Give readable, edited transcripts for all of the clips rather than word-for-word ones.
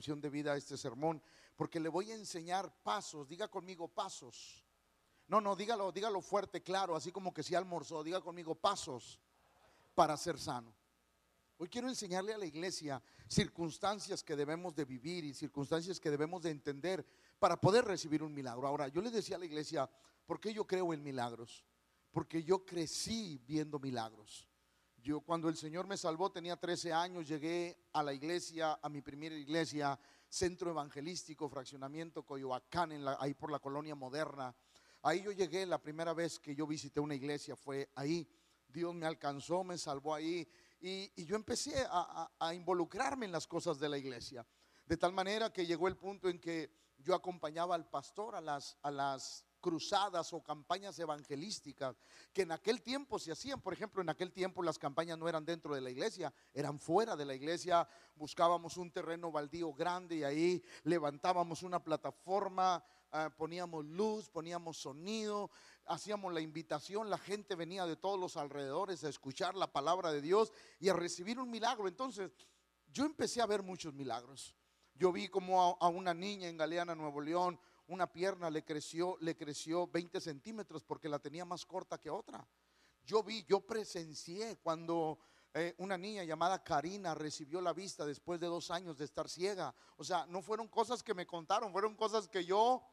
transmisión de vida a este sermón, porque le voy a enseñar pasos. Diga conmigo pasos. No, dígalo fuerte, claro, así como que si almorzó. Diga conmigo pasos para ser sano. Hoy quiero enseñarle a la iglesia circunstancias que debemos de vivir y circunstancias que debemos de entender para poder recibir un milagro. Ahora, yo le decía a la iglesia, ¿por qué yo creo en milagros? Porque yo crecí viendo milagros. Yo, cuando el Señor me salvó, tenía 13 años, llegué a la iglesia, a mi primera iglesia, Centro Evangelístico, Fraccionamiento Coyoacán, ahí por la Colonia Moderna. Ahí yo llegué, la primera vez que yo visité una iglesia fue ahí. Dios me alcanzó, me salvó ahí y yo empecé a involucrarme en las cosas de la iglesia. De tal manera que llegó el punto en que yo acompañaba al pastor a las cruzadas o campañas evangelísticas que en aquel tiempo se hacían. Por ejemplo, en aquel tiempo las campañas no eran dentro de la iglesia, eran fuera de la iglesia. Buscábamos un terreno baldío grande y ahí levantábamos una plataforma, poníamos luz, poníamos sonido, hacíamos la invitación. La gente venía de todos los alrededores a escuchar la palabra de Dios y a recibir un milagro. Entonces yo empecé a ver muchos milagros. Yo vi como a una niña en Galeana, Nuevo León, una pierna le creció 20 centímetros porque la tenía más corta que otra. Yo presencié cuando una niña llamada Karina recibió la vista después de 2 años de estar ciega. O sea, no fueron cosas que me contaron, fueron cosas que yo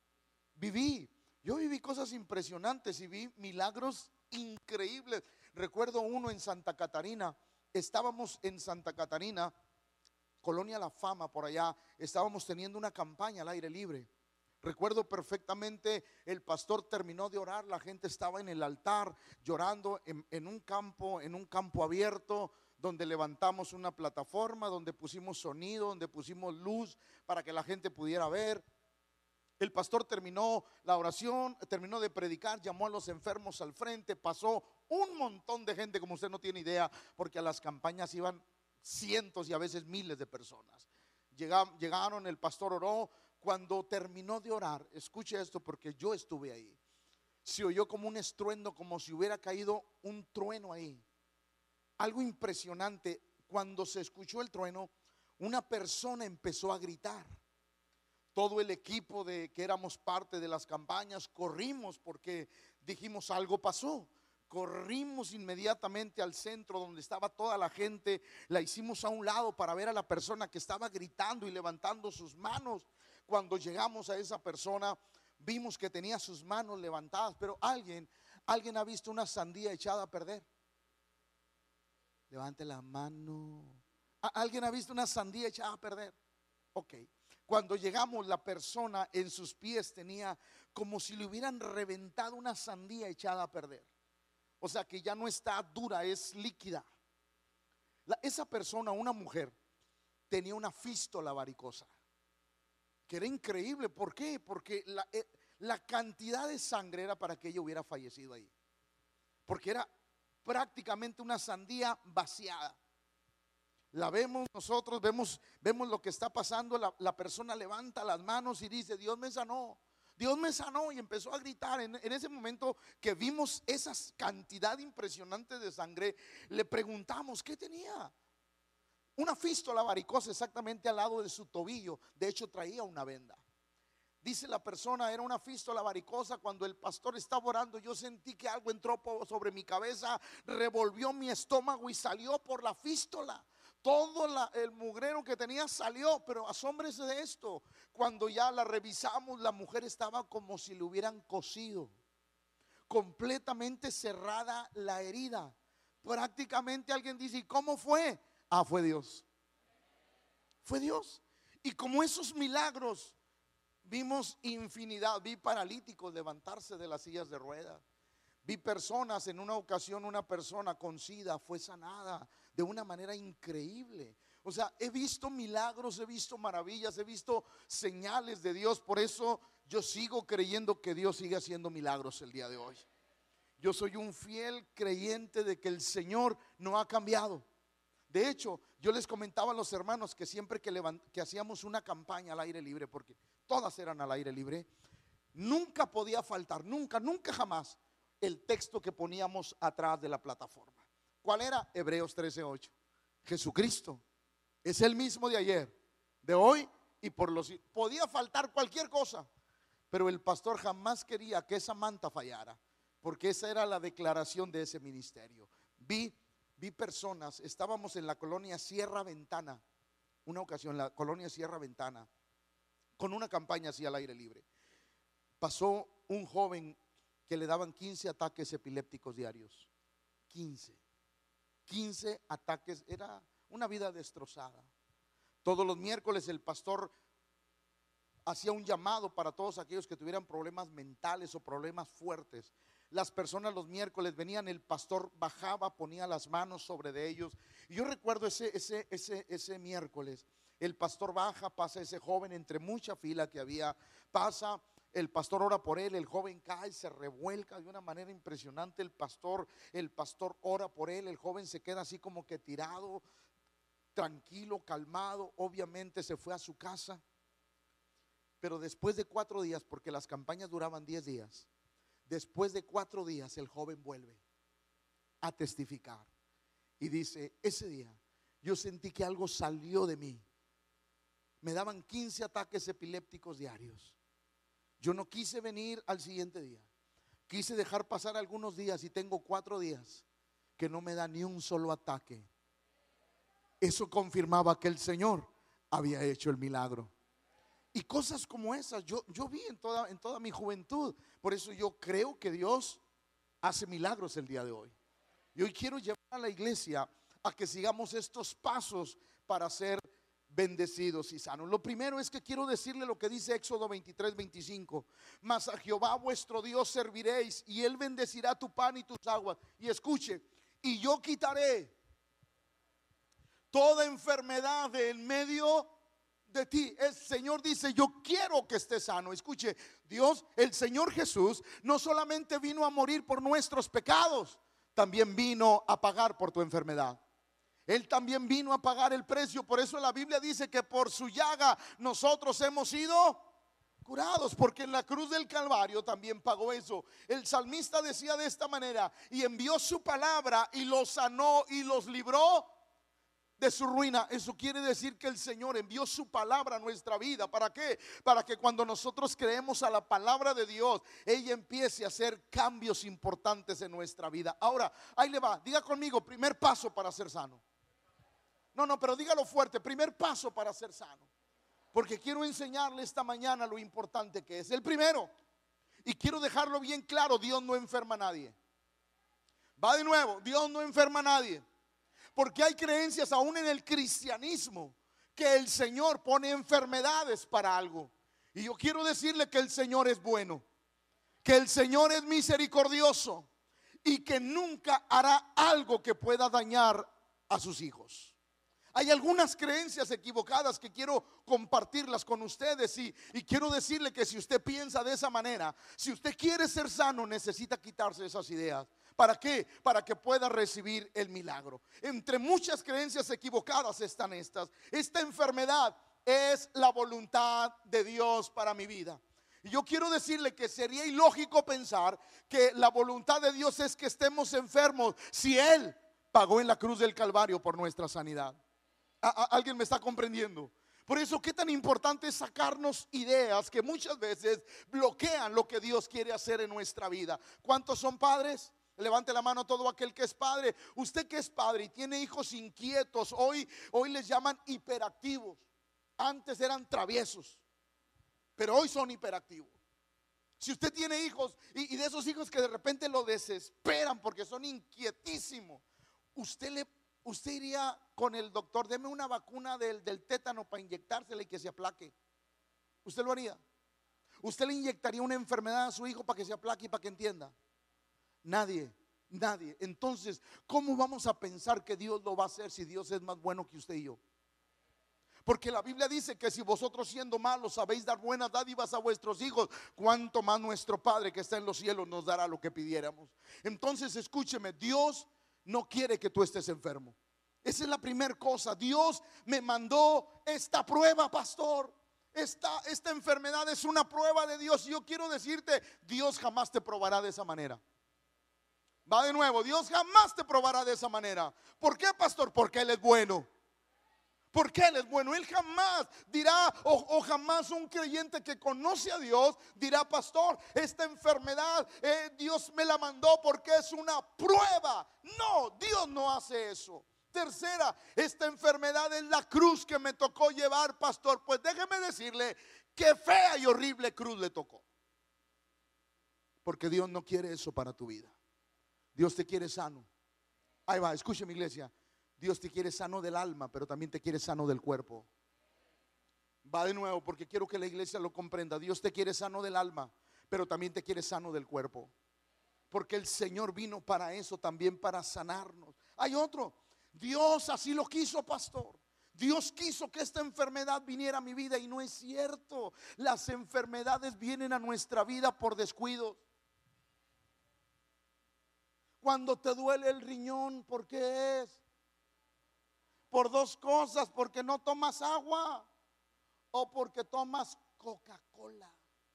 viví. Yo viví cosas impresionantes y vi milagros increíbles. Recuerdo uno en Santa Catarina. Estábamos en Santa Catarina, Colonia La Fama, por allá. Estábamos teniendo una campaña al aire libre. Recuerdo perfectamente, el pastor terminó de orar, la gente estaba en el altar llorando en un campo abierto, donde levantamos una plataforma, donde pusimos sonido, donde pusimos luz para que la gente pudiera ver. El pastor terminó la oración, terminó de predicar, llamó a los enfermos al frente, pasó un montón de gente, como usted no tiene idea, porque a las campañas iban cientos y a veces miles de personas. Llegaron, el pastor oró. Cuando terminó de orar, escuche esto porque yo estuve ahí, se oyó como un estruendo, como si hubiera caído un trueno ahí. Algo impresionante. Cuando se escuchó el trueno, una persona empezó a gritar. Todo el equipo de que éramos parte de las campañas corrimos porque dijimos algo pasó. Corrimos inmediatamente al centro donde estaba toda la gente. La hicimos a un lado para ver a la persona que estaba gritando y levantando sus manos. Cuando llegamos a esa persona, vimos que tenía sus manos levantadas. Pero alguien ha visto una sandía echada a perder. Levante la mano. ¿Alguien ha visto una sandía echada a perder? Ok. Cuando llegamos, la persona en sus pies tenía como si le hubieran reventado una sandía echada a perder. O sea que ya no está dura, es líquida. Esa persona, una mujer, tenía una fístula varicosa, que era increíble. ¿Por qué? Porque la cantidad de sangre era para que ella hubiera fallecido ahí. Porque era prácticamente una sandía vaciada. La vemos nosotros, vemos lo que está pasando. La persona levanta las manos y dice: Dios me sanó. Dios me sanó, y empezó a gritar. En ese momento que vimos esa cantidad impresionante de sangre, le preguntamos qué tenía. Una fístula varicosa exactamente al lado de su tobillo. De hecho traía una venda. Dice la persona, era una fístula varicosa. Cuando el pastor estaba orando, yo sentí que algo entró sobre mi cabeza, revolvió mi estómago y salió por la fístula. Todo el mugrero que tenía salió. Pero asómbrese de esto: cuando ya la revisamos, la mujer estaba como si le hubieran cosido, completamente cerrada la herida. Prácticamente alguien dice: ¿y cómo fue? Fue Dios. Fue Dios. Y como esos milagros, vimos infinidad. Vi paralíticos levantarse de las sillas de ruedas. Vi personas, en una ocasión una persona con SIDA fue sanada de una manera increíble. O sea, he visto milagros, he visto maravillas, he visto señales de Dios. Por eso yo sigo creyendo que Dios sigue haciendo milagros el día de hoy. Yo soy un fiel creyente de que el Señor no ha cambiado. De hecho, yo les comentaba a los hermanos que siempre que hacíamos una campaña al aire libre, porque todas eran al aire libre, nunca podía faltar, nunca jamás, el texto que poníamos atrás de la plataforma. ¿Cuál era? Hebreos 13:8. Jesucristo es el mismo de ayer, de hoy y por los siglos. Podía faltar cualquier cosa, pero el pastor jamás quería que esa manta fallara, porque esa era la declaración de ese ministerio. Vi personas, estábamos en la colonia Sierra Ventana, una ocasión, la colonia Sierra Ventana, con una campaña así al aire libre. Pasó un joven que le daban 15 ataques epilépticos diarios. 15 ataques, era una vida destrozada. Todos los miércoles el pastor hacía un llamado para todos aquellos que tuvieran problemas mentales o problemas fuertes. Las personas los miércoles venían, el pastor bajaba, ponía las manos sobre de ellos. Y yo recuerdo ese miércoles, el pastor baja, pasa ese joven entre mucha fila que había, pasa, el pastor ora por él, el joven cae, se revuelca de una manera impresionante, el pastor ora por él, el joven se queda así como que tirado, tranquilo, calmado, obviamente se fue a su casa. Pero después de 4 días, porque las campañas duraban 10 días, después de 4 días el joven vuelve a testificar y dice: ese día yo sentí que algo salió de mí. Me daban 15 ataques epilépticos diarios. Yo no quise venir al siguiente día, quise dejar pasar algunos días y tengo 4 días que no me da ni un solo ataque. Eso confirmaba que el Señor había hecho el milagro. Y cosas como esas yo vi en toda mi juventud. Por eso yo creo que Dios hace milagros el día de hoy. Y hoy quiero llevar a la iglesia a que sigamos estos pasos para ser bendecidos y sanos. Lo primero es que quiero decirle lo que dice Éxodo 23:25. Mas a Jehová vuestro Dios serviréis, y Él bendecirá tu pan y tus aguas. Y escuche: y yo quitaré toda enfermedad de en medio de ti. El Señor dice: yo quiero que estés sano. Escuche, Dios, el Señor Jesús, no solamente vino a morir por nuestros pecados, también vino a pagar por tu enfermedad. Él también vino a pagar el precio. Por eso la Biblia dice que por su llaga nosotros hemos sido curados, porque en la cruz del Calvario también pagó eso. El salmista decía de esta manera: y envió su palabra y los sanó y los libró de su ruina. Eso quiere decir que el Señor envió su palabra a nuestra vida. ¿Para qué? Para que cuando nosotros creemos a la palabra de Dios, ella empiece a hacer cambios importantes en nuestra vida. Ahora, ahí le va, diga conmigo: primer paso para ser sano. No, pero dígalo fuerte: primer paso para ser sano. Porque quiero enseñarle esta mañana lo importante que es. El primero, y quiero dejarlo bien claro: Dios no enferma a nadie. Va de nuevo: Dios no enferma a nadie. Porque hay creencias aún en el cristianismo que el Señor pone enfermedades para algo. Y yo quiero decirle que el Señor es bueno, que el Señor es misericordioso y que nunca hará algo que pueda dañar a sus hijos. Hay algunas creencias equivocadas que quiero compartirlas con ustedes y quiero decirle que si usted piensa de esa manera, si usted quiere ser sano, necesita quitarse esas ideas. ¿Para qué? Para que pueda recibir el milagro. Entre muchas creencias equivocadas están estas: esta enfermedad es la voluntad de Dios para mi vida. Y yo quiero decirle que sería ilógico pensar que la voluntad de Dios es que estemos enfermos si Él pagó en la cruz del Calvario por nuestra sanidad. ¿Alguien me está comprendiendo? Por eso, qué tan importante es sacarnos ideas que muchas veces bloquean lo que Dios quiere hacer en nuestra vida. ¿Cuántos son padres? Levante la mano todo aquel que es padre. Usted que es padre y tiene hijos inquietos, hoy les llaman hiperactivos. Antes eran traviesos, pero hoy son hiperactivos. Si usted tiene hijos y de esos hijos que de repente lo desesperan porque son inquietísimos, usted iría con el doctor: deme una vacuna del tétano para inyectársela y que se aplaque. ¿Usted lo haría? ¿Usted le inyectaría una enfermedad a su hijo para que se aplaque y para que entienda? Nadie. Entonces, ¿cómo vamos a pensar que Dios lo va a hacer si Dios es más bueno que usted y yo? Porque la Biblia dice que si vosotros, siendo malos, sabéis dar buenas dádivas a vuestros hijos, cuánto más nuestro Padre que está en los cielos nos dará lo que pidiéramos. Entonces, escúcheme: Dios no quiere que tú estés enfermo. Esa es la primera cosa. Dios me mandó esta prueba, pastor. Esta enfermedad es una prueba de Dios. Y yo quiero decirte: Dios jamás te probará de esa manera. Va de nuevo: Dios jamás te probará de esa manera. ¿Por qué, pastor? Porque Él es bueno. Porque Él es bueno. Él jamás dirá, o jamás un creyente que conoce a Dios dirá: pastor, esta enfermedad Dios me la mandó porque es una prueba. No, Dios no hace eso. Tercera, esta enfermedad es la cruz que me tocó llevar, pastor. Pues déjeme decirle que fea y horrible cruz le tocó. Porque Dios no quiere eso para tu vida. Dios te quiere sano. Ahí va, escúcheme, iglesia. Dios te quiere sano del alma, pero también te quiere sano del cuerpo. Va de nuevo, porque quiero que la iglesia lo comprenda. Dios te quiere sano del alma, pero también te quiere sano del cuerpo. Porque el Señor vino para eso, también para sanarnos. Hay otro. Dios así lo quiso, pastor. Dios quiso que esta enfermedad viniera a mi vida, y no es cierto. Las enfermedades vienen a nuestra vida por descuido. Cuando te duele el riñón, ¿por qué es? Por dos cosas: porque no tomas agua o porque tomas Coca-Cola.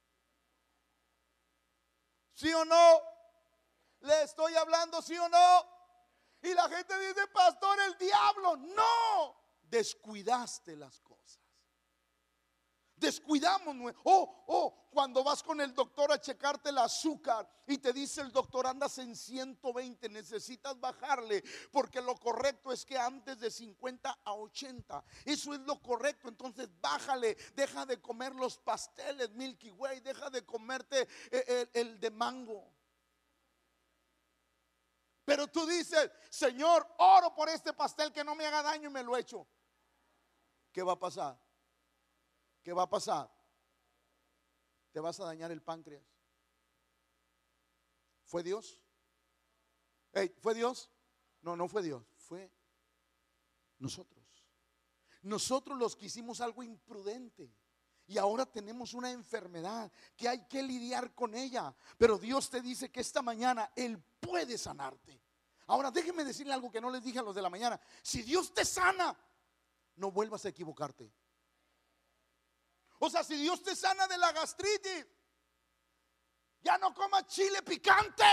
¿Sí o no? ¿Le estoy hablando, sí o no? Y la gente dice: pastor, el diablo. No, descuidaste las cosas. Descuidamos. Cuando vas con el doctor a checarte el azúcar y te dice el doctor: andas en 120, necesitas bajarle, porque lo correcto es que antes de 50 a 80. Eso es lo correcto. Entonces bájale, deja de comer los pasteles Milky Way, deja de comerte el de mango. Pero tú dices: Señor, oro por este pastel que no me haga daño, y me lo echo. ¿Qué va a pasar? ¿Qué va a pasar? Te vas a dañar el páncreas. ¿Fue Dios? ¿Fue Dios? No, no fue Dios. Fue nosotros. Nosotros los que hicimos algo imprudente. Y ahora tenemos una enfermedad que hay que lidiar con ella. Pero Dios te dice que esta mañana Él puede sanarte. Ahora déjenme decirle algo que no les dije a los de la mañana. Si Dios te sana, no vuelvas a equivocarte. O sea, si Dios te sana de la gastritis, ya no comas chile picante.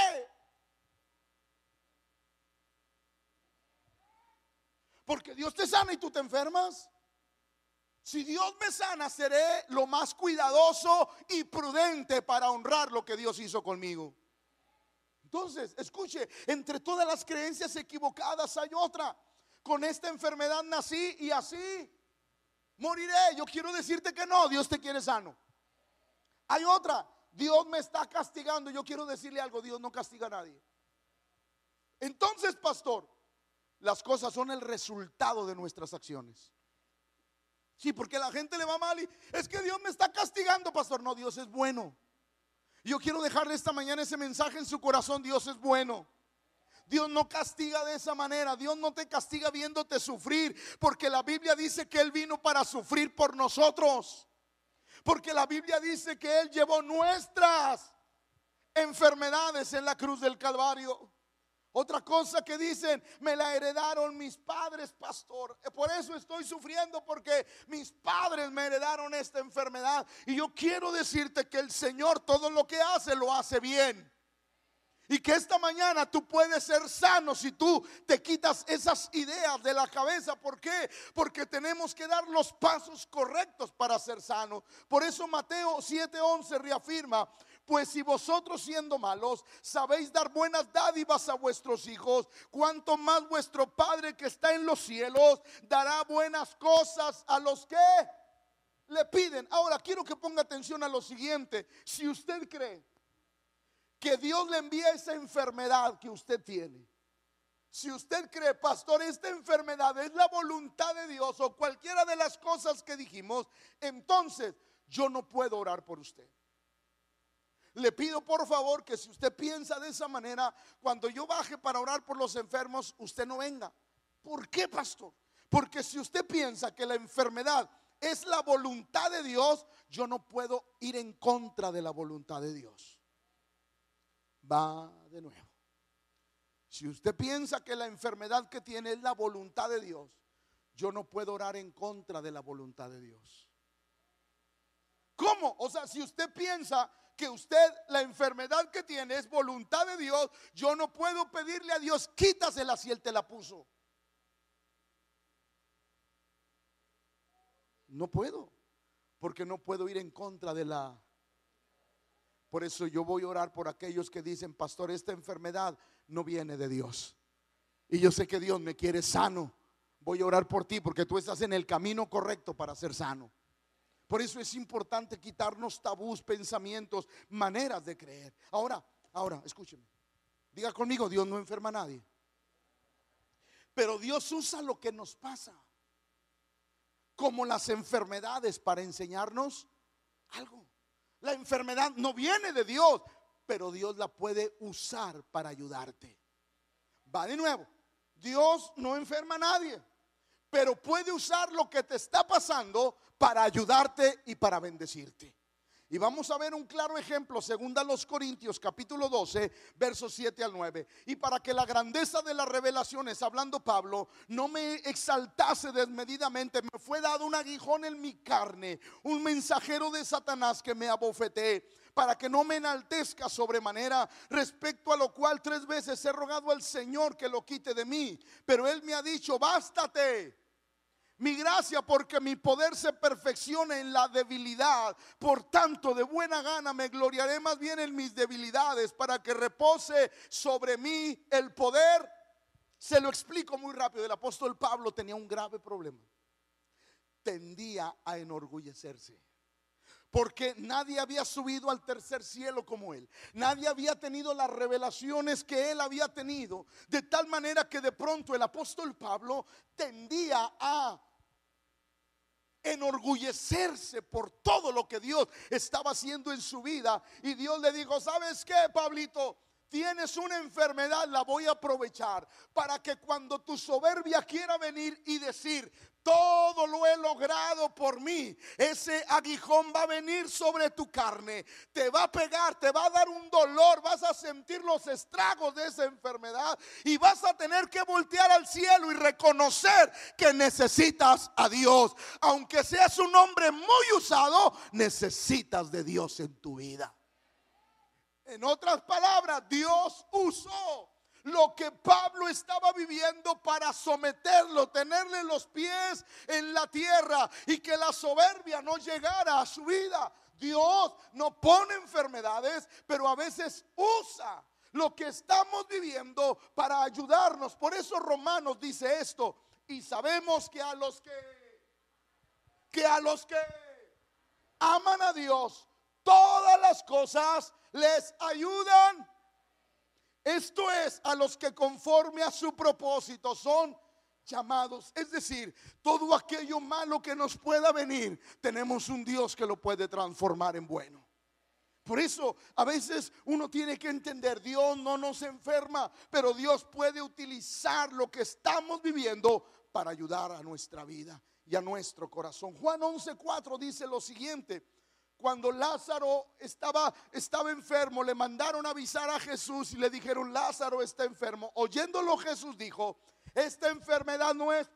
Porque Dios te sana y tú te enfermas. Si Dios me sana, seré lo más cuidadoso y prudente para honrar lo que Dios hizo conmigo. Entonces, escuche, entre todas las creencias equivocadas hay otra: con esta enfermedad nací y así moriré. Yo quiero decirte que no, Dios te quiere sano. Hay otra: Dios me está castigando. Yo quiero decirle algo: Dios no castiga a nadie. Entonces, pastor, las cosas son el resultado de nuestras acciones. Sí, porque a la gente le va mal y es que Dios me está castigando, pastor. No, Dios es bueno. Yo quiero dejarle esta mañana ese mensaje en su corazón: Dios es bueno. Dios no castiga de esa manera. Dios no te castiga viéndote sufrir, porque la Biblia dice que Él vino para sufrir por nosotros. Porque la Biblia dice que Él llevó nuestras enfermedades en la cruz del Calvario. Otra cosa que dicen: me la heredaron mis padres, pastor. Por eso estoy sufriendo, porque mis padres me heredaron esta enfermedad. Y yo quiero decirte que el Señor todo lo que hace, lo hace bien. Y que esta mañana tú puedes ser sano si tú te quitas esas ideas de la cabeza. ¿Por qué? Porque tenemos que dar los pasos correctos para ser sanos. Por eso Mateo 7:11 reafirma: pues si vosotros, siendo malos, sabéis dar buenas dádivas a vuestros hijos, cuánto más vuestro Padre que está en los cielos dará buenas cosas a los que le piden. Ahora quiero que ponga atención a lo siguiente: si usted cree que Dios le envía esa enfermedad que usted tiene, si usted cree, pastor, esta enfermedad es la voluntad de Dios, o cualquiera de las cosas que dijimos, entonces yo no puedo orar por usted. Le pido por favor que si usted piensa de esa manera, cuando yo baje para orar por los enfermos, usted no venga. ¿Por qué, pastor? Porque si usted piensa que la enfermedad es la voluntad de Dios, yo no puedo ir en contra de la voluntad de Dios. Va de nuevo. Si usted piensa que la enfermedad que tiene es la voluntad de Dios, yo no puedo orar en contra de la voluntad de Dios. ¿Cómo? O sea, si usted piensa que usted, la enfermedad que tiene es voluntad de Dios, yo no puedo pedirle a Dios: quítasela si Él te la puso. No puedo, porque no puedo ir en contra de la. Por eso yo voy a orar por aquellos que dicen: pastor, esta enfermedad no viene de Dios, y yo sé que Dios me quiere sano. Voy a orar por ti porque tú estás en el camino correcto para ser sano. Por eso es importante quitarnos tabús, pensamientos, maneras de creer. Ahora, escúcheme. Diga conmigo: Dios no enferma a nadie, pero Dios usa lo que nos pasa, como las enfermedades, para enseñarnos algo. La enfermedad no viene de Dios, pero Dios la puede usar para ayudarte. Va de nuevo: Dios no enferma a nadie, pero puede usar lo que te está pasando para ayudarte y para bendecirte. Y vamos a ver un claro ejemplo, segunda a los Corintios capítulo 12, versos 7 al 9. Y para que la grandeza de las revelaciones, hablando Pablo, no me exaltase desmedidamente, me fue dado un aguijón en mi carne, un mensajero de Satanás que me abofeté, para que no me enaltezca sobremanera, respecto a lo cual 3 veces he rogado al Señor que lo quite de mí. Pero Él me ha dicho: bástate mi gracia, porque mi poder se perfecciona en la debilidad. Por tanto, de buena gana me gloriaré más bien en mis debilidades, para que repose sobre mí el poder. Se lo explico muy rápido. El apóstol Pablo tenía un grave problema. Tendía a enorgullecerse, porque nadie había subido al tercer cielo como él. Nadie había tenido las revelaciones que él había tenido. De tal manera que de pronto el apóstol Pablo tendía a enorgullecerse por todo lo que Dios estaba haciendo en su vida. Y Dios le dijo: ¿sabes qué, Pablito? Tienes una enfermedad, la voy a aprovechar para que cuando tu soberbia quiera venir y decir: todo lo he logrado por mí, ese aguijón va a venir sobre tu carne, te va a pegar, te va a dar un dolor, vas a sentir los estragos de esa enfermedad y vas a tener que voltear al cielo y reconocer que necesitas a Dios. Aunque seas un hombre muy usado, necesitas de Dios en tu vida. En otras palabras, Dios usó lo que Pablo estaba viviendo para someterlo, tenerle los pies en la tierra y que la soberbia no llegara a su vida. Dios no pone enfermedades, pero a veces usa lo que estamos viviendo para ayudarnos. Por eso Romanos dice esto: y sabemos que a los que aman a Dios, todas las cosas les ayudan. Esto es, a los que conforme a su propósito son llamados. Es decir, todo aquello malo que nos pueda venir, tenemos un Dios que lo puede transformar en bueno. Por eso a veces uno tiene que entender: Dios no nos enferma, pero Dios puede utilizar lo que estamos viviendo para ayudar a nuestra vida y a nuestro corazón. Juan 11:4 dice lo siguiente: cuando Lázaro estaba enfermo, le mandaron a avisar a Jesús y le dijeron: Lázaro está enfermo. Oyéndolo, Jesús dijo: esta enfermedad no es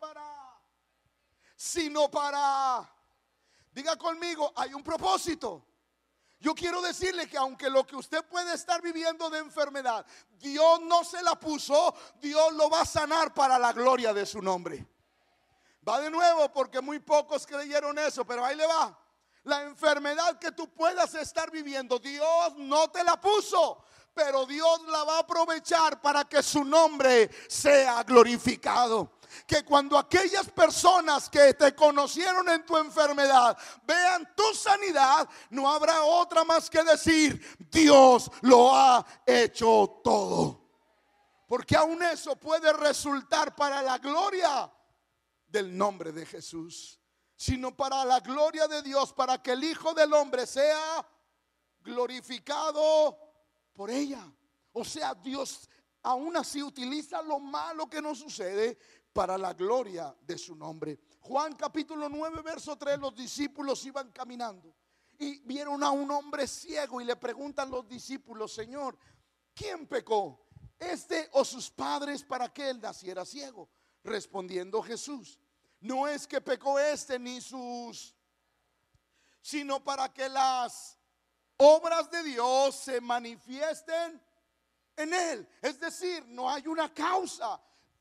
sino para, diga conmigo, hay un propósito. Yo quiero decirle que aunque lo que usted puede estar viviendo de enfermedad, Dios no se la puso, Dios lo va a sanar para la gloria de su nombre. Va de nuevo, porque muy pocos creyeron eso, pero ahí le va. La enfermedad que tú puedas estar viviendo, Dios no te la puso, pero Dios la va a aprovechar para que su nombre sea glorificado. Que cuando aquellas personas que te conocieron en tu enfermedad vean tu sanidad, no habrá otra más que decir: Dios lo ha hecho todo. Porque aún eso puede resultar para la gloria del nombre de Jesús, sino para la gloria de Dios, para que el Hijo del Hombre sea glorificado por ella. O sea, Dios aún así utiliza lo malo que nos sucede para la gloria de su nombre. Juan capítulo 9 verso 3: los discípulos iban caminando y vieron a un hombre ciego y le preguntan los discípulos: Señor, ¿quién pecó, este o sus padres, para que él naciera ciego? Respondiendo Jesús: no es que pecó este ni sus, sino para que las obras de Dios se manifiesten en él. Es decir, no hay una causa.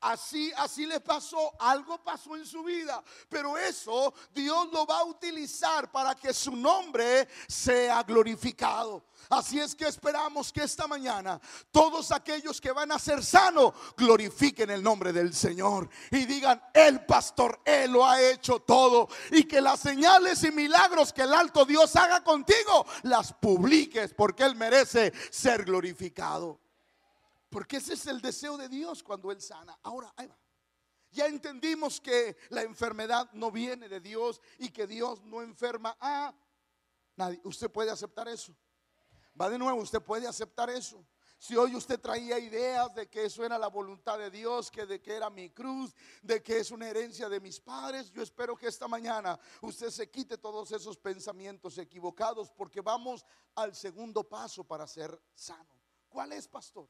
Así le pasó, algo pasó en su vida, pero eso Dios lo va a utilizar para que su nombre sea glorificado. Así es que esperamos que esta mañana todos aquellos que van a ser sanos glorifiquen el nombre del Señor y digan: el pastor, Él lo ha hecho todo, y que las señales y milagros que el alto Dios haga contigo las publiques, porque Él merece ser glorificado. Porque ese es el deseo de Dios cuando Él sana. Ahora, ahí va. Ya entendimos que la enfermedad no viene de Dios y que Dios no enferma a nadie. ¿Usted puede aceptar eso? Va de nuevo, usted puede aceptar eso. Si hoy usted traía ideas de que eso era la voluntad de Dios, que de que era mi cruz, de que es una herencia de mis padres, yo espero que esta mañana usted se quite todos esos pensamientos equivocados, porque vamos al segundo paso para ser sano. ¿Cuál es, pastor?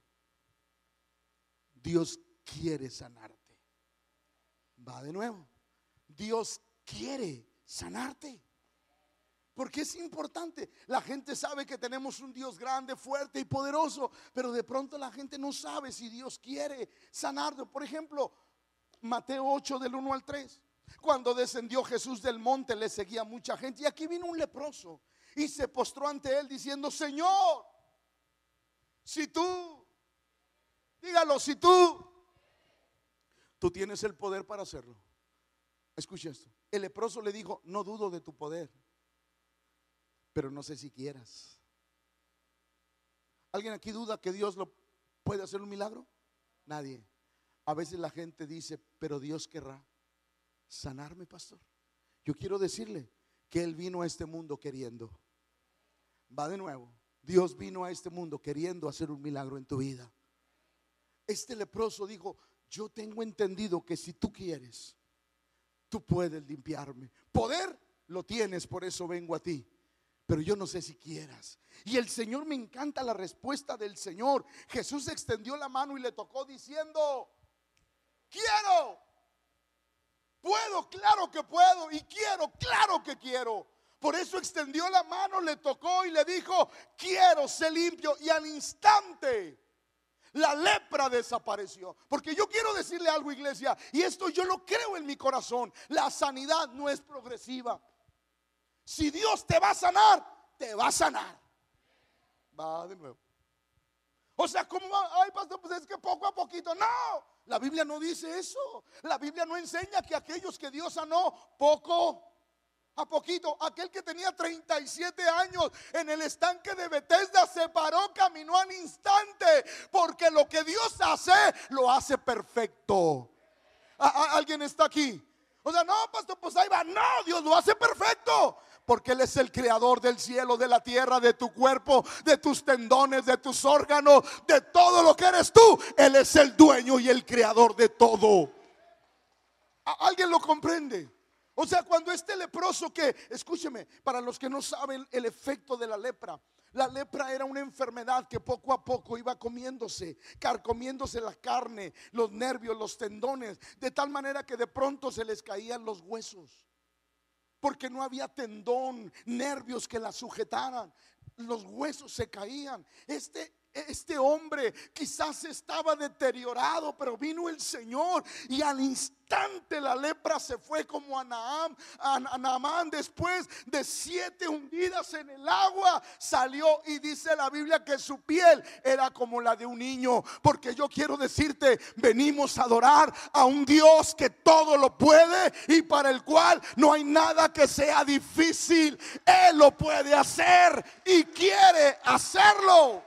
Dios quiere sanarte. Va de nuevo. Dios quiere sanarte. Porque es importante. La gente sabe que tenemos un Dios grande, fuerte y poderoso, pero de pronto la gente no sabe si Dios quiere sanarlo. Por ejemplo, Mateo 8 del 1 al 3. Cuando descendió Jesús del monte, le seguía mucha gente, y aquí vino un leproso y se postró ante él diciendo: Señor, si tú, dígalo, si tú tienes el poder para hacerlo. Escucha esto. El leproso le dijo: no dudo de tu poder, pero no sé si quieras. ¿Alguien aquí duda que Dios lo puede hacer un milagro? Nadie. A veces la gente dice: pero Dios querrá sanarme, pastor. Yo quiero decirle que Él vino a este mundo queriendo. Va de nuevo. Dios vino a este mundo queriendo hacer un milagro en tu vida. Este leproso dijo: yo tengo entendido que si tú quieres, tú puedes limpiarme. Poder lo tienes, por eso vengo a ti, pero yo no sé si quieras. Y el Señor, me encanta la respuesta del Señor. Jesús extendió la mano y le tocó diciendo: quiero, puedo, claro que puedo, y quiero, claro que quiero. Por eso extendió la mano, le tocó y le dijo: quiero, sé limpio. Y al instante la lepra desapareció. Porque yo quiero decirle algo, iglesia, y esto yo lo creo en mi corazón: la sanidad no es progresiva. Si Dios te va a sanar, te va a sanar. Va de nuevo. O sea, ¿cómo va? Ay, pastor, pues es que poco a poquito. No, la Biblia no dice eso. La Biblia no enseña que aquellos que Dios sanó poco a poquito. Aquel que tenía 37 años en el estanque de Betesda se paró, caminó al instante, porque lo que Dios hace, lo hace perfecto. ¿Alguien está aquí? O sea, no, pastor, pues ahí va. No, Dios lo hace perfecto, porque Él es el creador del cielo, de la tierra, de tu cuerpo, de tus tendones, de tus órganos, de todo lo que eres tú. Él es el dueño y el creador de todo. ¿Alguien lo comprende? O sea, cuando este leproso, que, escúcheme, para los que no saben el efecto de la lepra, la lepra era una enfermedad que poco a poco iba comiéndose, carcomiéndose la carne, los nervios, los tendones, de tal manera que de pronto se les caían los huesos, porque no había tendón, nervios que la sujetaran. Los huesos se caían. Este hombre quizás estaba deteriorado, pero vino el Señor y al instante la lepra se fue como a Naamán. Después de 7 hundidas en el agua salió, y dice la Biblia que su piel era como la de un niño. Porque yo quiero decirte, venimos a adorar a un Dios que todo lo puede y para el cual no hay nada que sea difícil. Él lo puede hacer y quiere hacerlo.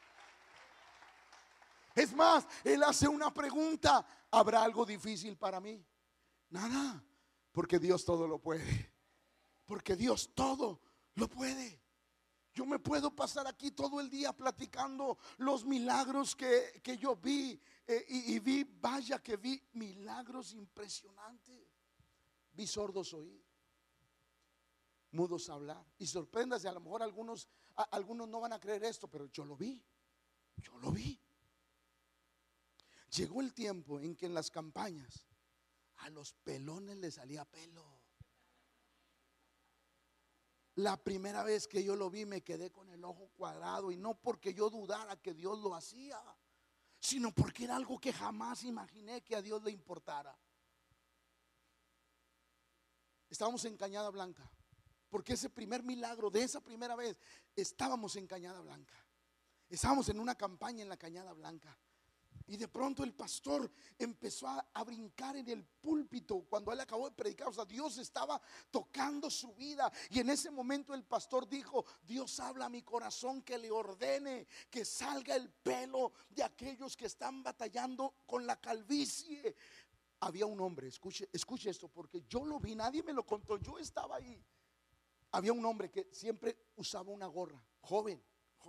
Es más, Él hace una pregunta: ¿habrá algo difícil para mí? Nada, porque Dios todo lo puede. Porque Dios todo lo puede. Yo me puedo pasar aquí todo el día platicando los milagros que yo vi, y vi, vaya que vi milagros impresionantes. Vi sordos oír, mudos hablar. Y sorpréndase, a lo mejor algunos no van a creer esto, pero yo lo vi. Yo lo vi. Llegó el tiempo en que en las campañas a los pelones les salía pelo. La primera vez que yo lo vi me quedé con el ojo cuadrado, y no porque yo dudara que Dios lo hacía, sino porque era algo que jamás imaginé que a Dios le importara. Estábamos en Cañada Blanca, porque ese primer milagro de esa primera vez, estábamos en Cañada Blanca. Estábamos en una campaña en la Cañada Blanca. Y de pronto el pastor empezó a brincar en el púlpito cuando él acabó de predicar. O sea, Dios estaba tocando su vida. Y en ese momento el pastor dijo: Dios habla a mi corazón que le ordene que salga el pelo de aquellos que están batallando con la calvicie. Había un hombre, escuche esto, porque yo lo vi, nadie me lo contó, yo estaba ahí. Había un hombre que siempre usaba una gorra, joven.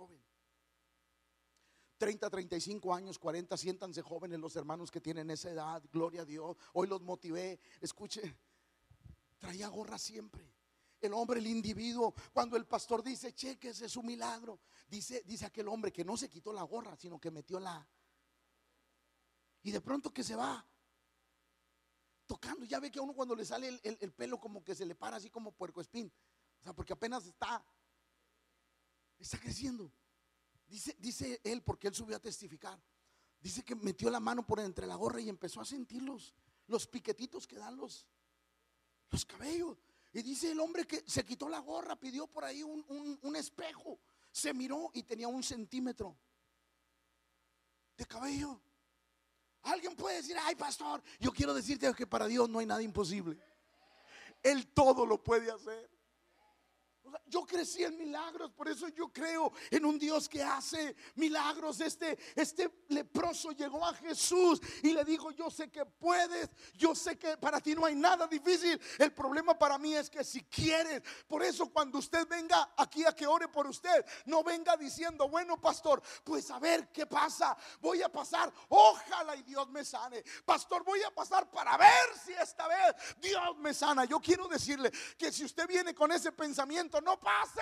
30, 35 años, 40, siéntanse jóvenes los hermanos que tienen esa edad, gloria a Dios. Hoy los motivé, escuche, traía gorra siempre. El hombre, el individuo, cuando el pastor dice: chéquese su milagro, dice aquel hombre que no se quitó la gorra, sino que metió y de pronto que se va tocando. Ya ve que a uno cuando le sale el pelo como que se le para así como puercoespín. O sea, porque apenas está creciendo. Dice él, porque él subió a testificar. Dice que metió la mano por entre la gorra y empezó a sentir los piquetitos que dan los cabellos. Y dice el hombre que se quitó la gorra, pidió por ahí un espejo, se miró y tenía 1 centímetro de cabello. Alguien puede decir: ay, pastor, yo quiero decirte que para Dios no hay nada imposible. Él todo lo puede hacer. O sea, yo crecí en milagros, por eso yo creo en un Dios que hace milagros. Este leproso llegó a Jesús y le dijo: yo sé que puedes, yo sé que para ti no hay nada difícil. El problema para mí es que si quieres. Por eso cuando usted venga aquí a que ore por usted, no venga diciendo: bueno, pastor, pues a ver qué pasa, voy a pasar, ojalá y Dios me sane. Pastor, voy a pasar para ver si esta vez Dios me sana. Yo quiero decirle que si usted viene con ese pensamiento, no pase.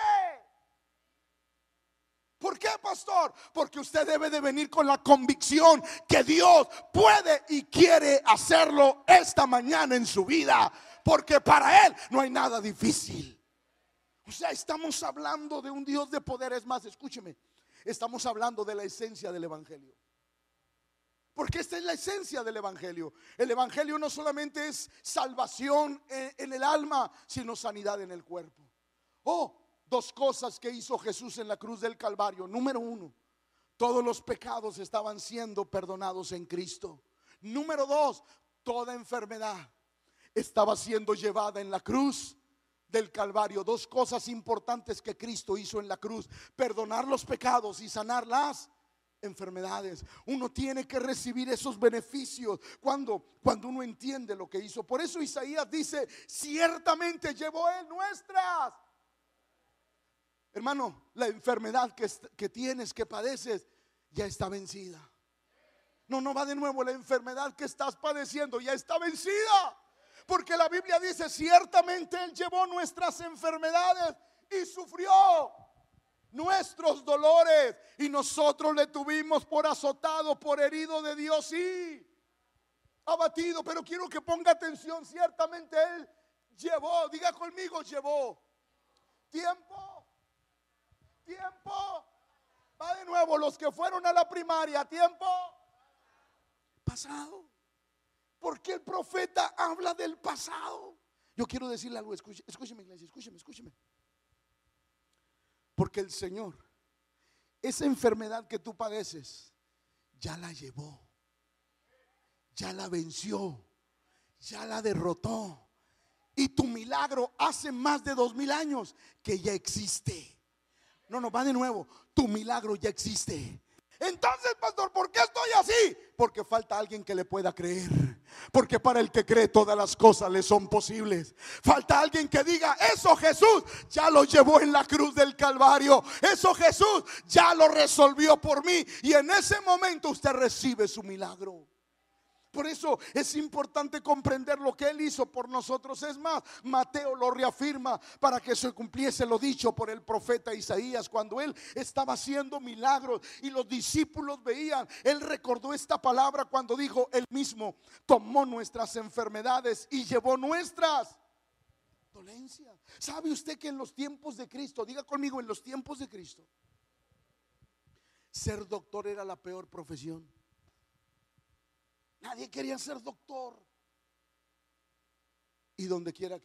¿Por qué, pastor? Porque usted debe de venir con la convicción que Dios puede y quiere hacerlo esta mañana en su vida, porque para Él no hay nada difícil. O sea, estamos hablando de un Dios de poder. Es más, escúcheme, estamos hablando de la esencia del evangelio. Porque esta es la esencia del evangelio. El evangelio no solamente es salvación en el alma, sino sanidad en el cuerpo. Dos cosas que hizo Jesús en la cruz del Calvario. Número 1, todos los pecados estaban siendo perdonados en Cristo. Número 2, toda enfermedad estaba siendo llevada en la cruz del Calvario. 2 cosas importantes que Cristo hizo en la cruz: perdonar los pecados y sanar las enfermedades. Uno tiene que recibir esos beneficios cuando uno entiende lo que hizo. Por eso Isaías dice: ciertamente llevó Él nuestras. Hermano, la enfermedad que tienes, que padeces, ya está vencida. No va de nuevo. La enfermedad que estás padeciendo ya está vencida, porque la Biblia dice: ciertamente Él llevó nuestras enfermedades y sufrió nuestros dolores, y nosotros le tuvimos por azotado, por herido de Dios y abatido. Pero quiero que ponga atención: ciertamente Él llevó, diga conmigo, llevó. Tiempo. Va de nuevo, los que fueron a la primaria, tiempo pasado. Porque el profeta habla del pasado. Yo quiero decirle algo, escúcheme, iglesia, escúcheme. Porque el Señor, esa enfermedad que tú padeces, ya la llevó, ya la venció, ya la derrotó. Y tu milagro hace más de 2000 años que ya existe. No, va de nuevo, tu milagro ya existe. Entonces, pastor, ¿por qué estoy así? Porque falta alguien que le pueda creer. Porque para el que cree todas las cosas le son posibles. Falta alguien que diga: eso Jesús ya lo llevó en la cruz del Calvario. Eso Jesús ya lo resolvió por mí. Y en ese momento usted recibe su milagro. Por eso es importante comprender lo que Él hizo por nosotros. Es más, Mateo lo reafirma para que se cumpliese lo dicho por el profeta Isaías. Cuando Él estaba haciendo milagros y los discípulos veían, Él recordó esta palabra cuando dijo: Él mismo tomó nuestras enfermedades y llevó nuestras dolencias. ¿Sabe usted que en los tiempos de Cristo, diga conmigo, en los tiempos de Cristo, ser doctor era la peor profesión? Nadie quería ser doctor. Y donde quiera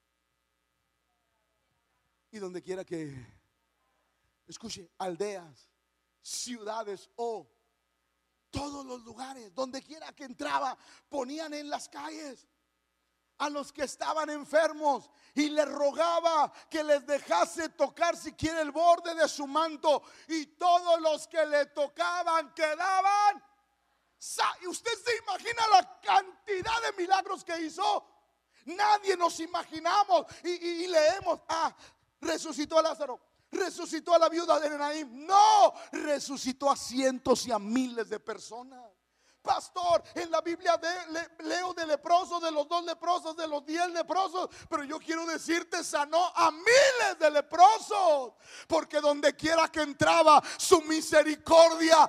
que, escuche, aldeas, ciudades o todos los lugares, donde quiera que entraba, ponían en las calles a los que estaban enfermos y les rogaba que les dejase tocar siquiera el borde de su manto, y todos los que le tocaban quedaban. ¿Y usted se imagina la cantidad de milagros que hizo? Nadie nos imaginamos. Y leemos, resucitó a Lázaro, resucitó a la viuda de Naín. No, resucitó a cientos y a miles de personas. Pastor, en la Biblia leo de leprosos, de los 2 leprosos, de los 10 leprosos, pero yo quiero decirte, sanó a miles de leprosos, porque donde quiera que entraba, su misericordia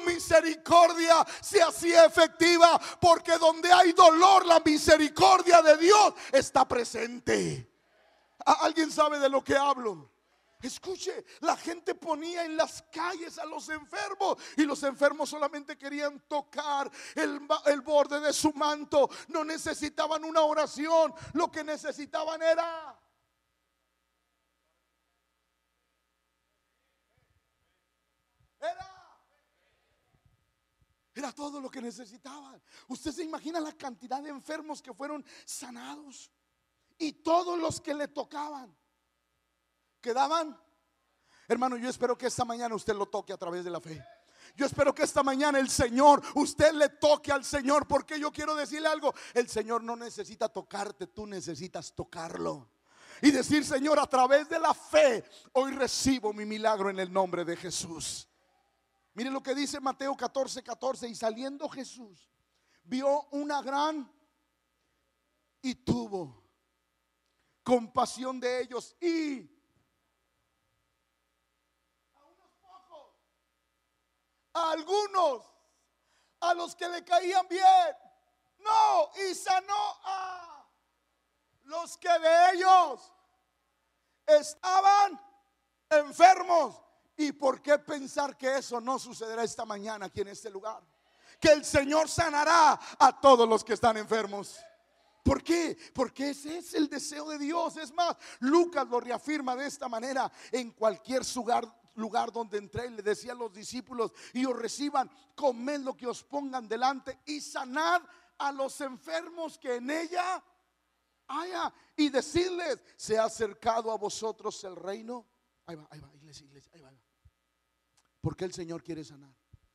se hacía efectiva, porque donde hay dolor, la misericordia de Dios está presente. ¿Alguien sabe de lo que hablo? Escuche, la gente ponía en las calles a los enfermos, y los enfermos solamente querían tocar el borde de su manto. No necesitaban una oración, lo que necesitaban era todo lo que necesitaban. Usted se imagina la cantidad de enfermos que fueron sanados, y todos los que le tocaban quedaban. Hermano, yo espero que esta mañana usted lo toque a través de la fe. Yo espero que esta mañana el Señor, usted le toque al Señor, porque yo quiero decirle algo: el Señor no necesita tocarte, tú necesitas tocarlo y decir: Señor, a través de la fe hoy recibo mi milagro en el nombre de Jesús. Mire lo que dice Mateo 14:14: y saliendo Jesús vio una gran y tuvo compasión de ellos, y a algunos, a los que le caían bien, no, y sanó a los que de ellos estaban enfermos. ¿Y por qué pensar que eso no sucederá esta mañana aquí en este lugar? Que el Señor sanará a todos los que están enfermos. ¿Por qué? Porque ese es el deseo de Dios. Es más, Lucas lo reafirma de esta manera: en cualquier lugar donde entré, le decía a los discípulos, y os reciban, comed lo que os pongan delante, y sanad a los enfermos que en ella haya, y decirles: se ha acercado a vosotros el reino. Ahí va, iglesia, ahí va. ¿Por qué el Señor quiere sanar?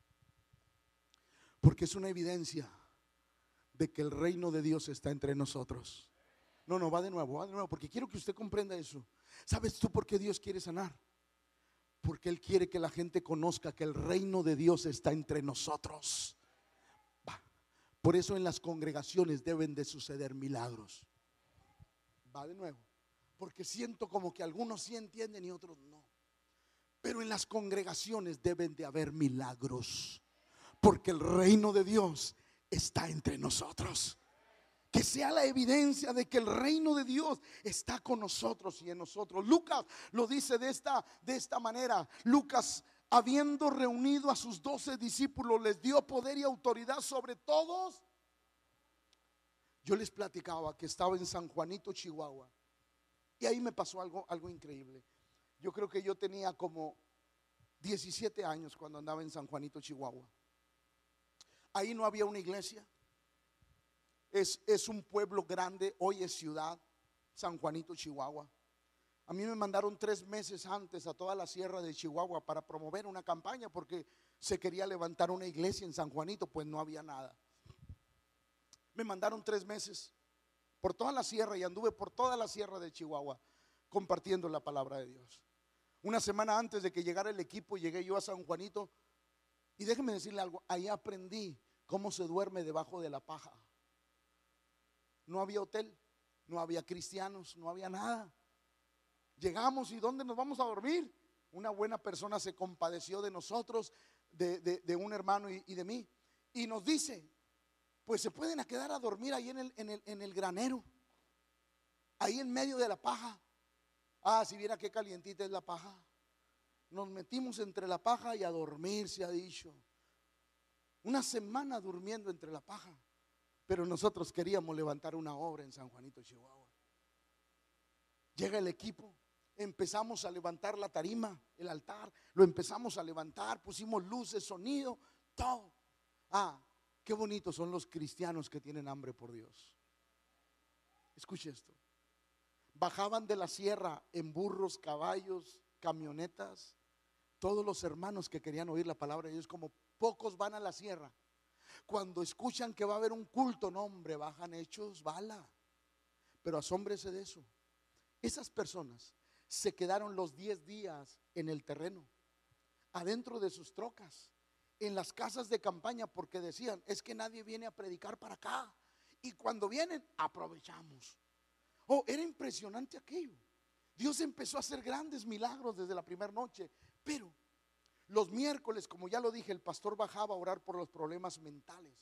Porque es una evidencia de que el reino de Dios está entre nosotros. No, va de nuevo, porque quiero que usted comprenda eso. ¿Sabes tú por qué Dios quiere sanar? Porque Él quiere que la gente conozca que el reino de Dios está entre nosotros. Por eso en las congregaciones deben de suceder milagros. Va de nuevo, porque siento como que algunos sí entienden y otros no. Pero en las congregaciones deben de haber milagros, porque el reino de Dios está entre nosotros. Que sea la evidencia de que el reino de Dios está con nosotros y en nosotros. Lucas lo dice de esta manera. Lucas, habiendo reunido a sus 12 discípulos, les dio poder y autoridad sobre todos. Yo les platicaba que estaba en San Juanito, Chihuahua, y ahí me pasó algo increíble. Yo creo que yo tenía como 17 años cuando andaba en San Juanito, Chihuahua. Ahí no había una iglesia. Es un pueblo grande, hoy es ciudad, San Juanito, Chihuahua. A mí me mandaron 3 meses antes a toda la sierra de Chihuahua para promover una campaña, porque se quería levantar una iglesia en San Juanito, pues no había nada. Me mandaron 3 meses por toda la sierra, y anduve por toda la sierra de Chihuahua compartiendo la palabra de Dios. Una semana antes de que llegara el equipo, llegué yo a San Juanito, y déjeme decirle algo: ahí aprendí cómo se duerme debajo de la paja. No había hotel, no había cristianos, no había nada. Llegamos, ¿y dónde nos vamos a dormir? Una buena persona se compadeció de nosotros, de un hermano y de mí, y nos dice: pues se pueden quedar a dormir ahí en el granero, ahí en medio de la paja. Si viera qué calientita es la paja. Nos metimos entre la paja y a dormir, se ha dicho. una semana durmiendo entre la paja, pero nosotros queríamos levantar una obra en San Juanito, Chihuahua. Llega el equipo, empezamos a levantar la tarima, el altar, lo empezamos a levantar, pusimos luces, sonido, todo. Qué bonitos son los cristianos que tienen hambre por Dios. Escuche esto. Bajaban de la sierra en burros, caballos, camionetas, todos los hermanos que querían oír la palabra de Dios, como pocos van a la sierra. Cuando escuchan que va a haber un culto, no hombre, bajan hechos bala. Pero asómbrese de eso. Esas personas se quedaron los 10 días en el terreno, adentro de sus trocas, en las casas de campaña, porque decían, es que nadie viene a predicar para acá, y cuando vienen aprovechamos. Era impresionante aquello. Dios empezó a hacer grandes milagros desde la primera noche, pero los miércoles, como ya lo dije, el pastor bajaba a orar por los problemas mentales.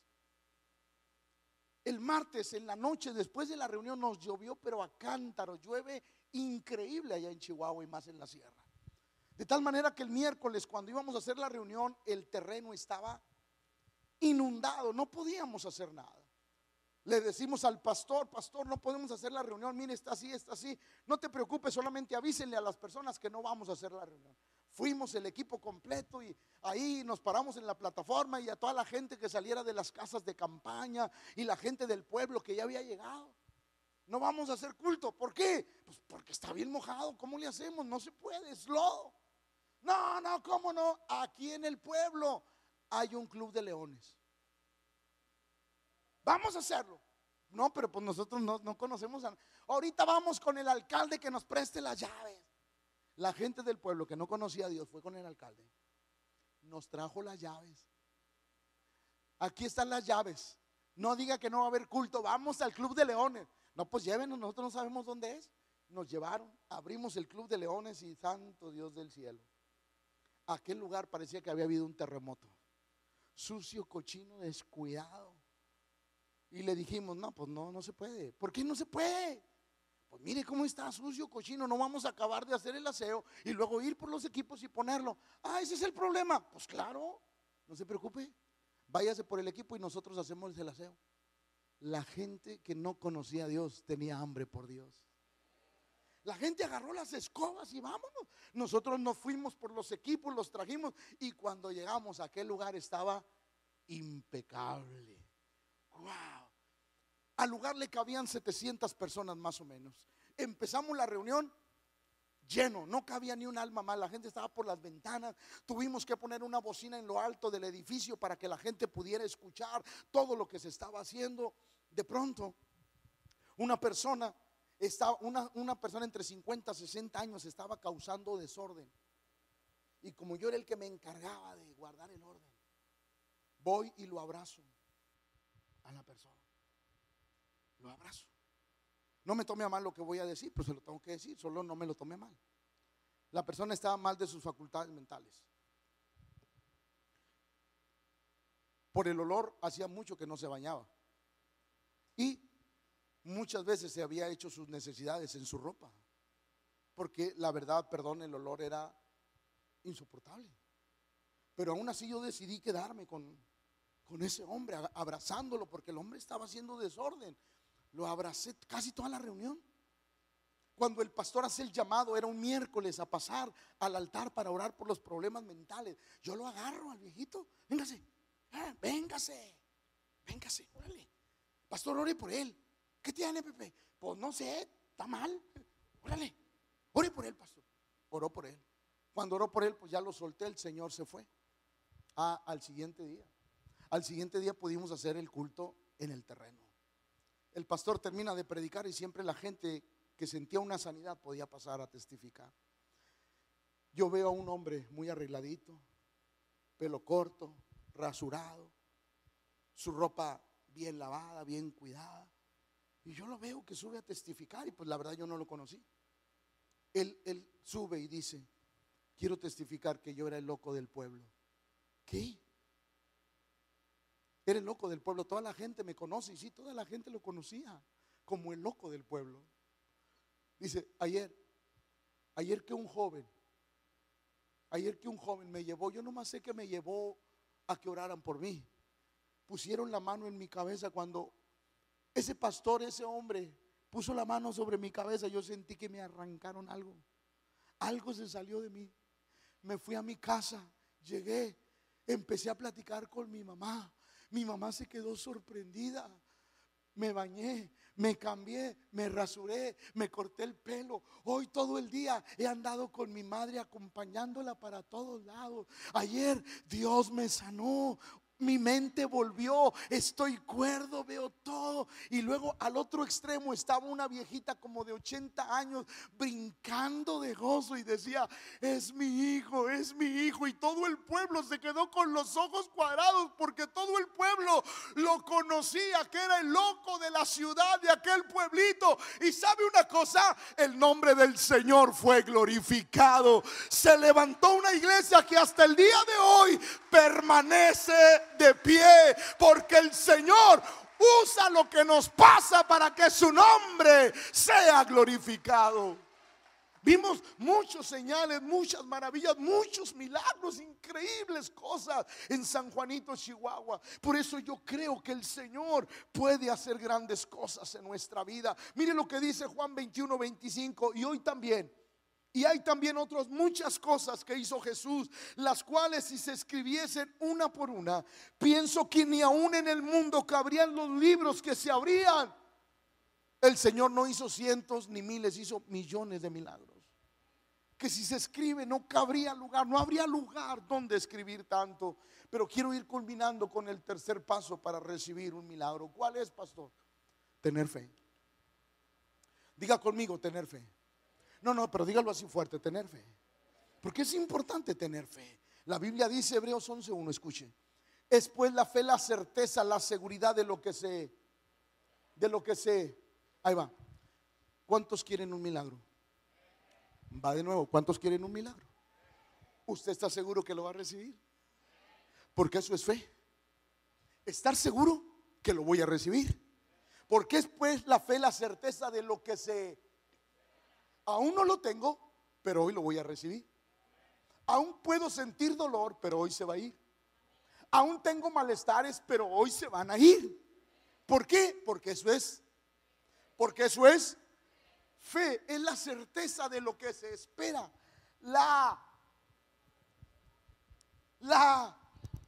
El martes en la noche, después de la reunión, nos llovió, pero a cántaros. Llueve increíble allá en Chihuahua y más en la sierra. De tal manera que el miércoles, cuando íbamos a hacer la reunión, el terreno estaba inundado, no podíamos hacer nada. Le decimos al pastor, pastor, no podemos hacer la reunión, mire, está así, está así. No te preocupes, solamente avísenle a las personas que no vamos a hacer la reunión. Fuimos el equipo completo y ahí nos paramos en la plataforma, y a toda la gente que saliera de las casas de campaña y la gente del pueblo que ya había llegado. No vamos a hacer culto, ¿por qué? Pues porque está bien mojado, ¿cómo le hacemos? No se puede, es lodo. No, ¿cómo no? Aquí en el pueblo hay un club de leones. Vamos a hacerlo. No, pero pues nosotros no conocemos ahorita vamos con el alcalde que nos preste las llaves. La gente del pueblo que no conocía a Dios fue con el alcalde. Nos trajo las llaves. Aquí están las llaves. No diga que no va a haber culto. Vamos al club de leones. No, pues llévenos, nosotros no sabemos dónde es. Nos llevaron, abrimos el club de leones y santo Dios del cielo. Aquel lugar parecía que había habido un terremoto. Sucio, cochino, descuidado. Y le dijimos, no, pues no se puede. ¿Por qué no se puede? Pues mire cómo está sucio, cochino, no vamos a acabar de hacer el aseo y luego ir por los equipos y ponerlo. Ese es el problema. Pues claro, no se preocupe, váyase por el equipo y nosotros hacemos el aseo. La gente que no conocía a Dios tenía hambre por Dios. La gente agarró las escobas y vámonos. Nosotros nos fuimos por los equipos, los trajimos, y cuando llegamos a aquel lugar estaba impecable. Wow. Al lugar le cabían 700 personas más o menos. Empezamos la reunión lleno, no cabía ni un alma más. La gente estaba por las ventanas. Tuvimos que poner una bocina en lo alto del edificio para que la gente pudiera escuchar todo lo que se estaba haciendo. De pronto, una persona entre 50 y 60 años estaba causando desorden. Y como yo era el que me encargaba de guardar el orden, voy y lo abrazo a la persona. Lo abrazo. No me tome a mal lo que voy a decir, pero se lo tengo que decir, solo no me lo tome a mal. La persona estaba mal de sus facultades mentales. Por el olor hacía mucho que no se bañaba. Y muchas veces se había hecho sus necesidades en su ropa. Porque la verdad, perdón, el olor era insoportable. Pero aún así yo decidí quedarme con ese hombre, abrazándolo, porque el hombre estaba haciendo desorden. Lo abracé casi toda la reunión. Cuando el pastor hace el llamado, era un miércoles, a pasar al altar para orar por los problemas mentales, yo lo agarro al viejito. Véngase, véngase, órale. Pastor, ore por él. ¿Qué tiene, Pepe? Pues no sé, está mal. Órale, ore por él, pastor. Oró por él. Cuando oró por él, pues ya lo solté, el Señor se fue. Al siguiente día. Al siguiente día pudimos hacer el culto en el terreno. El pastor termina de predicar y siempre la gente que sentía una sanidad podía pasar a testificar. Yo veo a un hombre muy arregladito, pelo corto, rasurado, su ropa bien lavada, bien cuidada, y yo lo veo que sube a testificar, y pues la verdad yo no lo conocí. Él sube y dice: quiero testificar que yo era el loco del pueblo. ¿Qué? Era el loco del pueblo. Toda la gente me conoce, y sí, toda la gente lo conocía como el loco del pueblo. Dice: ayer que un joven me llevó, yo nomás sé que me llevó a que oraran por mí, pusieron la mano en mi cabeza. Cuando ese pastor, ese hombre, puso la mano sobre mi cabeza, yo sentí que me arrancaron algo. Algo se salió de mí. Me fui a mi casa, llegué, empecé a platicar con mi mamá. Mi mamá se quedó sorprendida. Me bañé, me cambié, me rasuré, me corté el pelo. Hoy todo el día he andado con mi madre acompañándola para todos lados. Ayer Dios me sanó. Mi mente volvió, estoy cuerdo, veo todo. Y luego al otro extremo estaba una viejita como de 80 años brincando de gozo y decía: es mi hijo, es mi hijo. Y todo el pueblo se quedó con los ojos cuadrados, porque todo el pueblo lo conocía, que era el loco de la ciudad, de aquel pueblito. Y sabe una cosa, el nombre del Señor fue glorificado. Se levantó una iglesia que hasta el día de hoy permanece de pie, porque el Señor usa lo que nos pasa para que su nombre sea glorificado. Vimos muchas señales, muchas maravillas, muchos milagros, increíbles cosas en San Juanito, Chihuahua. Por eso yo creo que el Señor puede hacer grandes cosas en nuestra vida. Mire lo que dice Juan 21:25. Y hoy también. Y hay también otras muchas cosas que hizo Jesús, las cuales si se escribiesen una por una, pienso que ni aún en el mundo cabrían los libros que se abrían. El Señor no hizo cientos ni miles, hizo millones de milagros. Que si se escribe no cabría lugar, no habría lugar donde escribir tanto. Pero quiero ir culminando con el tercer paso para recibir un milagro. ¿Cuál es, pastor? Tener fe. Diga conmigo, tener fe. No, pero dígalo así fuerte, tener fe. Porque es importante tener fe. La Biblia dice, Hebreos 11:1, escuche: es pues la fe, la certeza, la seguridad de lo que se, ahí va. ¿Cuántos quieren un milagro? Va de nuevo, ¿cuántos quieren un milagro? ¿Usted está seguro que lo va a recibir? Porque eso es fe. Estar seguro que lo voy a recibir. Porque es pues la fe, la certeza de lo que se, aún no lo tengo, pero hoy lo voy a recibir. Aún puedo sentir dolor, pero hoy se va a ir. Aún tengo malestares, pero hoy se van a ir. ¿Por qué? Porque eso es fe. Es la certeza de lo que se espera. La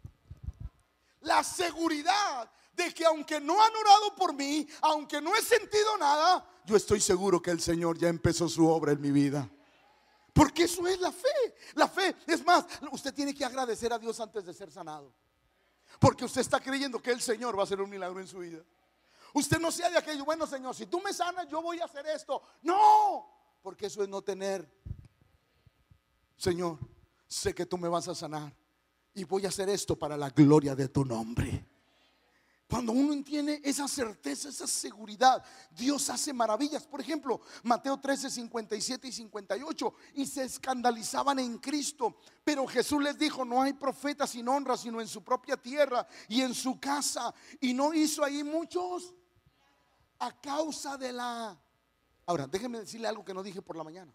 seguridad de que aunque no han orado por mí, aunque no he sentido nada, yo estoy seguro que el Señor ya empezó su obra en mi vida. Porque eso es la fe. La fe, es más, usted tiene que agradecer a Dios antes de ser sanado. Porque usted está creyendo que el Señor va a hacer un milagro en su vida. Usted no sea de aquello: bueno, Señor, si tú me sanas, yo voy a hacer esto. No, porque eso es no tener. Señor, sé que tú me vas a sanar y voy a hacer esto para la gloria de tu nombre. Cuando uno tiene esa certeza, esa seguridad, Dios hace maravillas. Por ejemplo, Mateo 13:57 y 58. Y se escandalizaban en Cristo. Pero Jesús les dijo: no hay profeta sin honra, sino en su propia tierra y en su casa. Y no hizo ahí muchos a causa de la... Ahora, déjeme decirle algo que no dije por la mañana.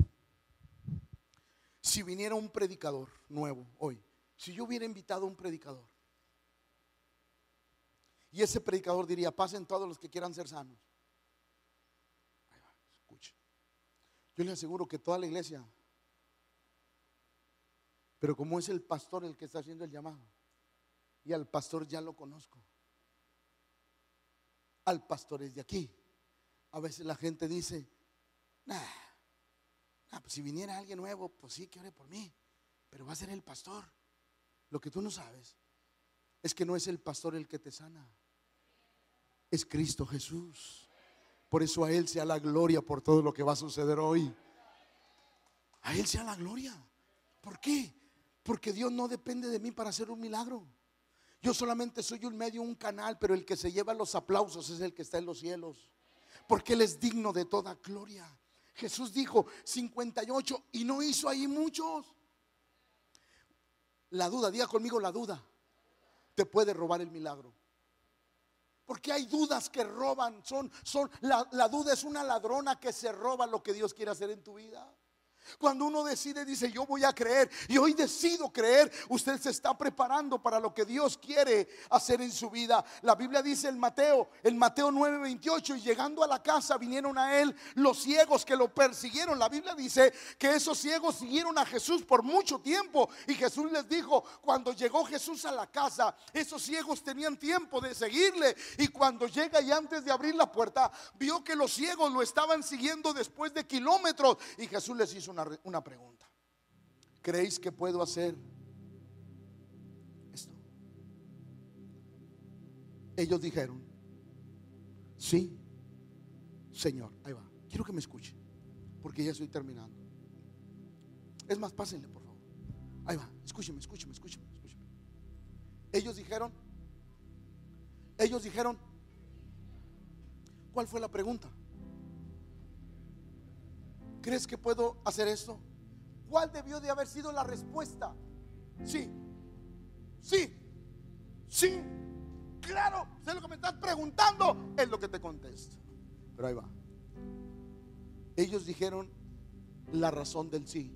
Si viniera un predicador nuevo hoy, si yo hubiera invitado a un predicador, y ese predicador diría: pasen todos los que quieran ser sanos. Escuche, yo le aseguro que toda la iglesia, pero como es el pastor el que está haciendo el llamado, y al pastor ya lo conozco, al pastor es de aquí, a veces la gente dice: pues si viniera alguien nuevo, pues sí, que ore por mí, pero va a ser el pastor. Lo que tú no sabes es que no es el pastor el que te sana, es Cristo Jesús. Por eso a Él sea la gloria por todo lo que va a suceder hoy. A Él sea la gloria. ¿Por qué? Porque Dios no depende de mí para hacer un milagro. Yo solamente soy un medio, un canal, pero el que se lleva los aplausos es el que está en los cielos, porque Él es digno de toda gloria. Jesús dijo 58 y no hizo ahí muchos. La duda, diga conmigo, la duda te puede robar el milagro. Porque hay dudas que roban. La duda es una ladrona que se roba lo que Dios quiere hacer en tu vida. Cuando uno decide, dice yo voy a creer, y hoy decido creer, usted se está preparando para lo que Dios quiere hacer en su vida. La Biblia dice en Mateo 9:28, y llegando a la casa vinieron a él los ciegos que lo persiguieron. La Biblia dice que esos ciegos siguieron a Jesús por mucho tiempo, y Jesús les dijo, cuando llegó Jesús a la casa, esos ciegos tenían tiempo de seguirle, y cuando llega y antes de abrir la puerta, vio que los ciegos lo estaban siguiendo después de kilómetros, y Jesús les hizo una pregunta: ¿creéis que puedo hacer esto? Ellos dijeron, sí, Señor. Ahí va, quiero que me escuchen, porque ya estoy terminando. Es más, pásenle por favor. Ahí va, escúcheme. Ellos dijeron, ¿cuál fue la pregunta? ¿Crees que puedo hacer esto? ¿Cuál debió de haber sido la respuesta? Sí, claro. Sé lo que me estás preguntando, es lo que te contesto. Pero ahí va. Ellos dijeron la razón del sí.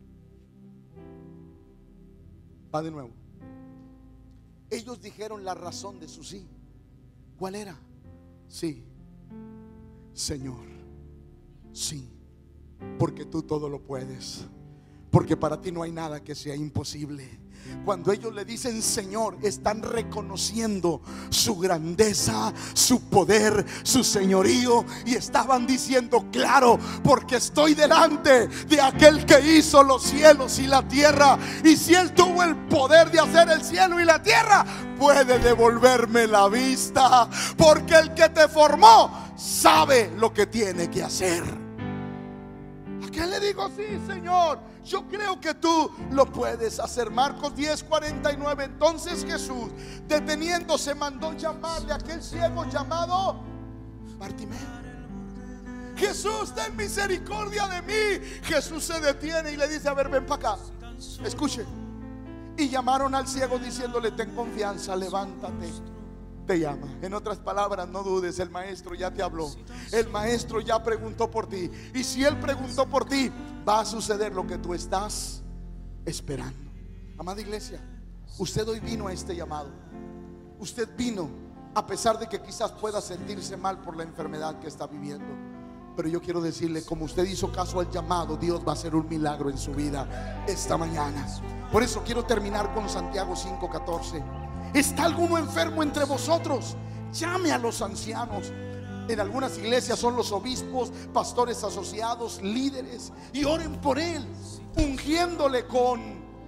Va de nuevo. Ellos dijeron la razón de su sí. ¿Cuál era? Sí, Señor, sí, porque tú todo lo puedes, porque para ti no hay nada que sea imposible. Cuando ellos le dicen Señor, están reconociendo su grandeza, su poder, su señorío, y estaban diciendo, claro, porque estoy delante de aquel que hizo los cielos y la tierra, y si él tuvo el poder de hacer el cielo y la tierra, puede devolverme la vista, porque el que te formó sabe lo que tiene que hacer. ¿A qué le digo? Sí, Señor, yo creo que tú lo puedes hacer. Marcos 10:49. Entonces Jesús, deteniéndose, mandó llamarle a aquel ciego llamado Bartimeo. Jesús, ten misericordia de mí. Jesús se detiene y le dice, a ver, ven para acá. Escuche. Y llamaron al ciego diciéndole, ten confianza, levántate, te llama. En otras palabras, no dudes, el maestro ya te habló, el maestro ya preguntó por ti, y si él preguntó por ti, va a suceder lo que tú estás esperando. Amada iglesia, usted hoy vino a este llamado. Usted vino a pesar de que quizás pueda sentirse mal por la enfermedad que está viviendo, pero yo quiero decirle, como usted hizo caso al llamado, Dios va a hacer un milagro en su vida esta mañana. Por eso quiero terminar con Santiago 5:14. ¿Está alguno enfermo entre vosotros? Llame a los ancianos. En algunas iglesias son los obispos, pastores asociados, líderes, y oren por él, ungiéndole con,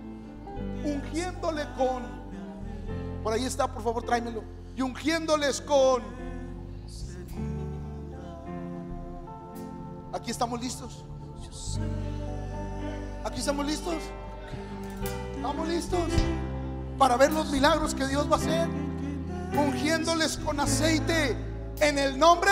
por ahí está, por favor, tráemelo. Y ungiéndoles con. Aquí estamos listos. Aquí estamos listos. Estamos listos para ver los milagros que Dios va a hacer, ungiéndoles con aceite en el nombre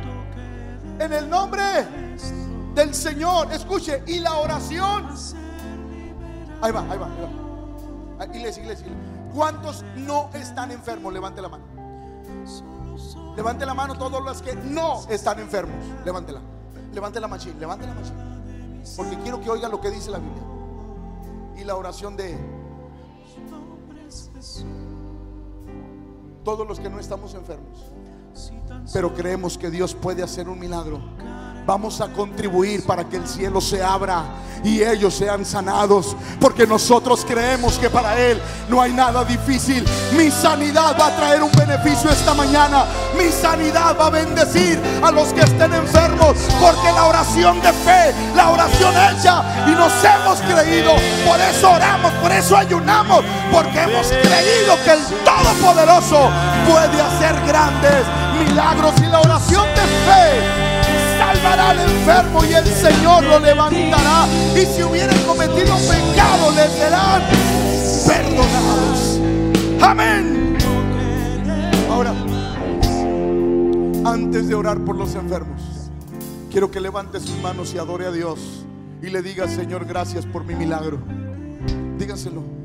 del Señor. Escuche, y la oración. Ahí va. Iglesia. ¿Cuántos no están enfermos? Levante la mano. Levante la mano todos los que no están enfermos. Levántela. Levante la machín. Porque quiero que oiga lo que dice la Biblia. Y la oración de todos los que no estamos enfermos, pero creemos que Dios puede hacer un milagro. Vamos a contribuir para que el cielo se abra y ellos sean sanados, porque nosotros creemos que para Él no hay nada difícil. Mi sanidad va a traer un beneficio esta mañana. Mi sanidad va a bendecir a los que estén enfermos, porque la oración de fe, la oración hecha, y nos hemos creído. Por eso oramos, por eso ayunamos, porque hemos creído que el Todopoderoso puede hacer grandes milagros. Y la oración de fe salvará al enfermo y el Señor lo levantará, y si hubieran cometido pecado les serán perdonados. Amén. Ahora, antes de orar por los enfermos, quiero que levante sus manos y adore a Dios y le diga: Señor, gracias por mi milagro. Dígaselo.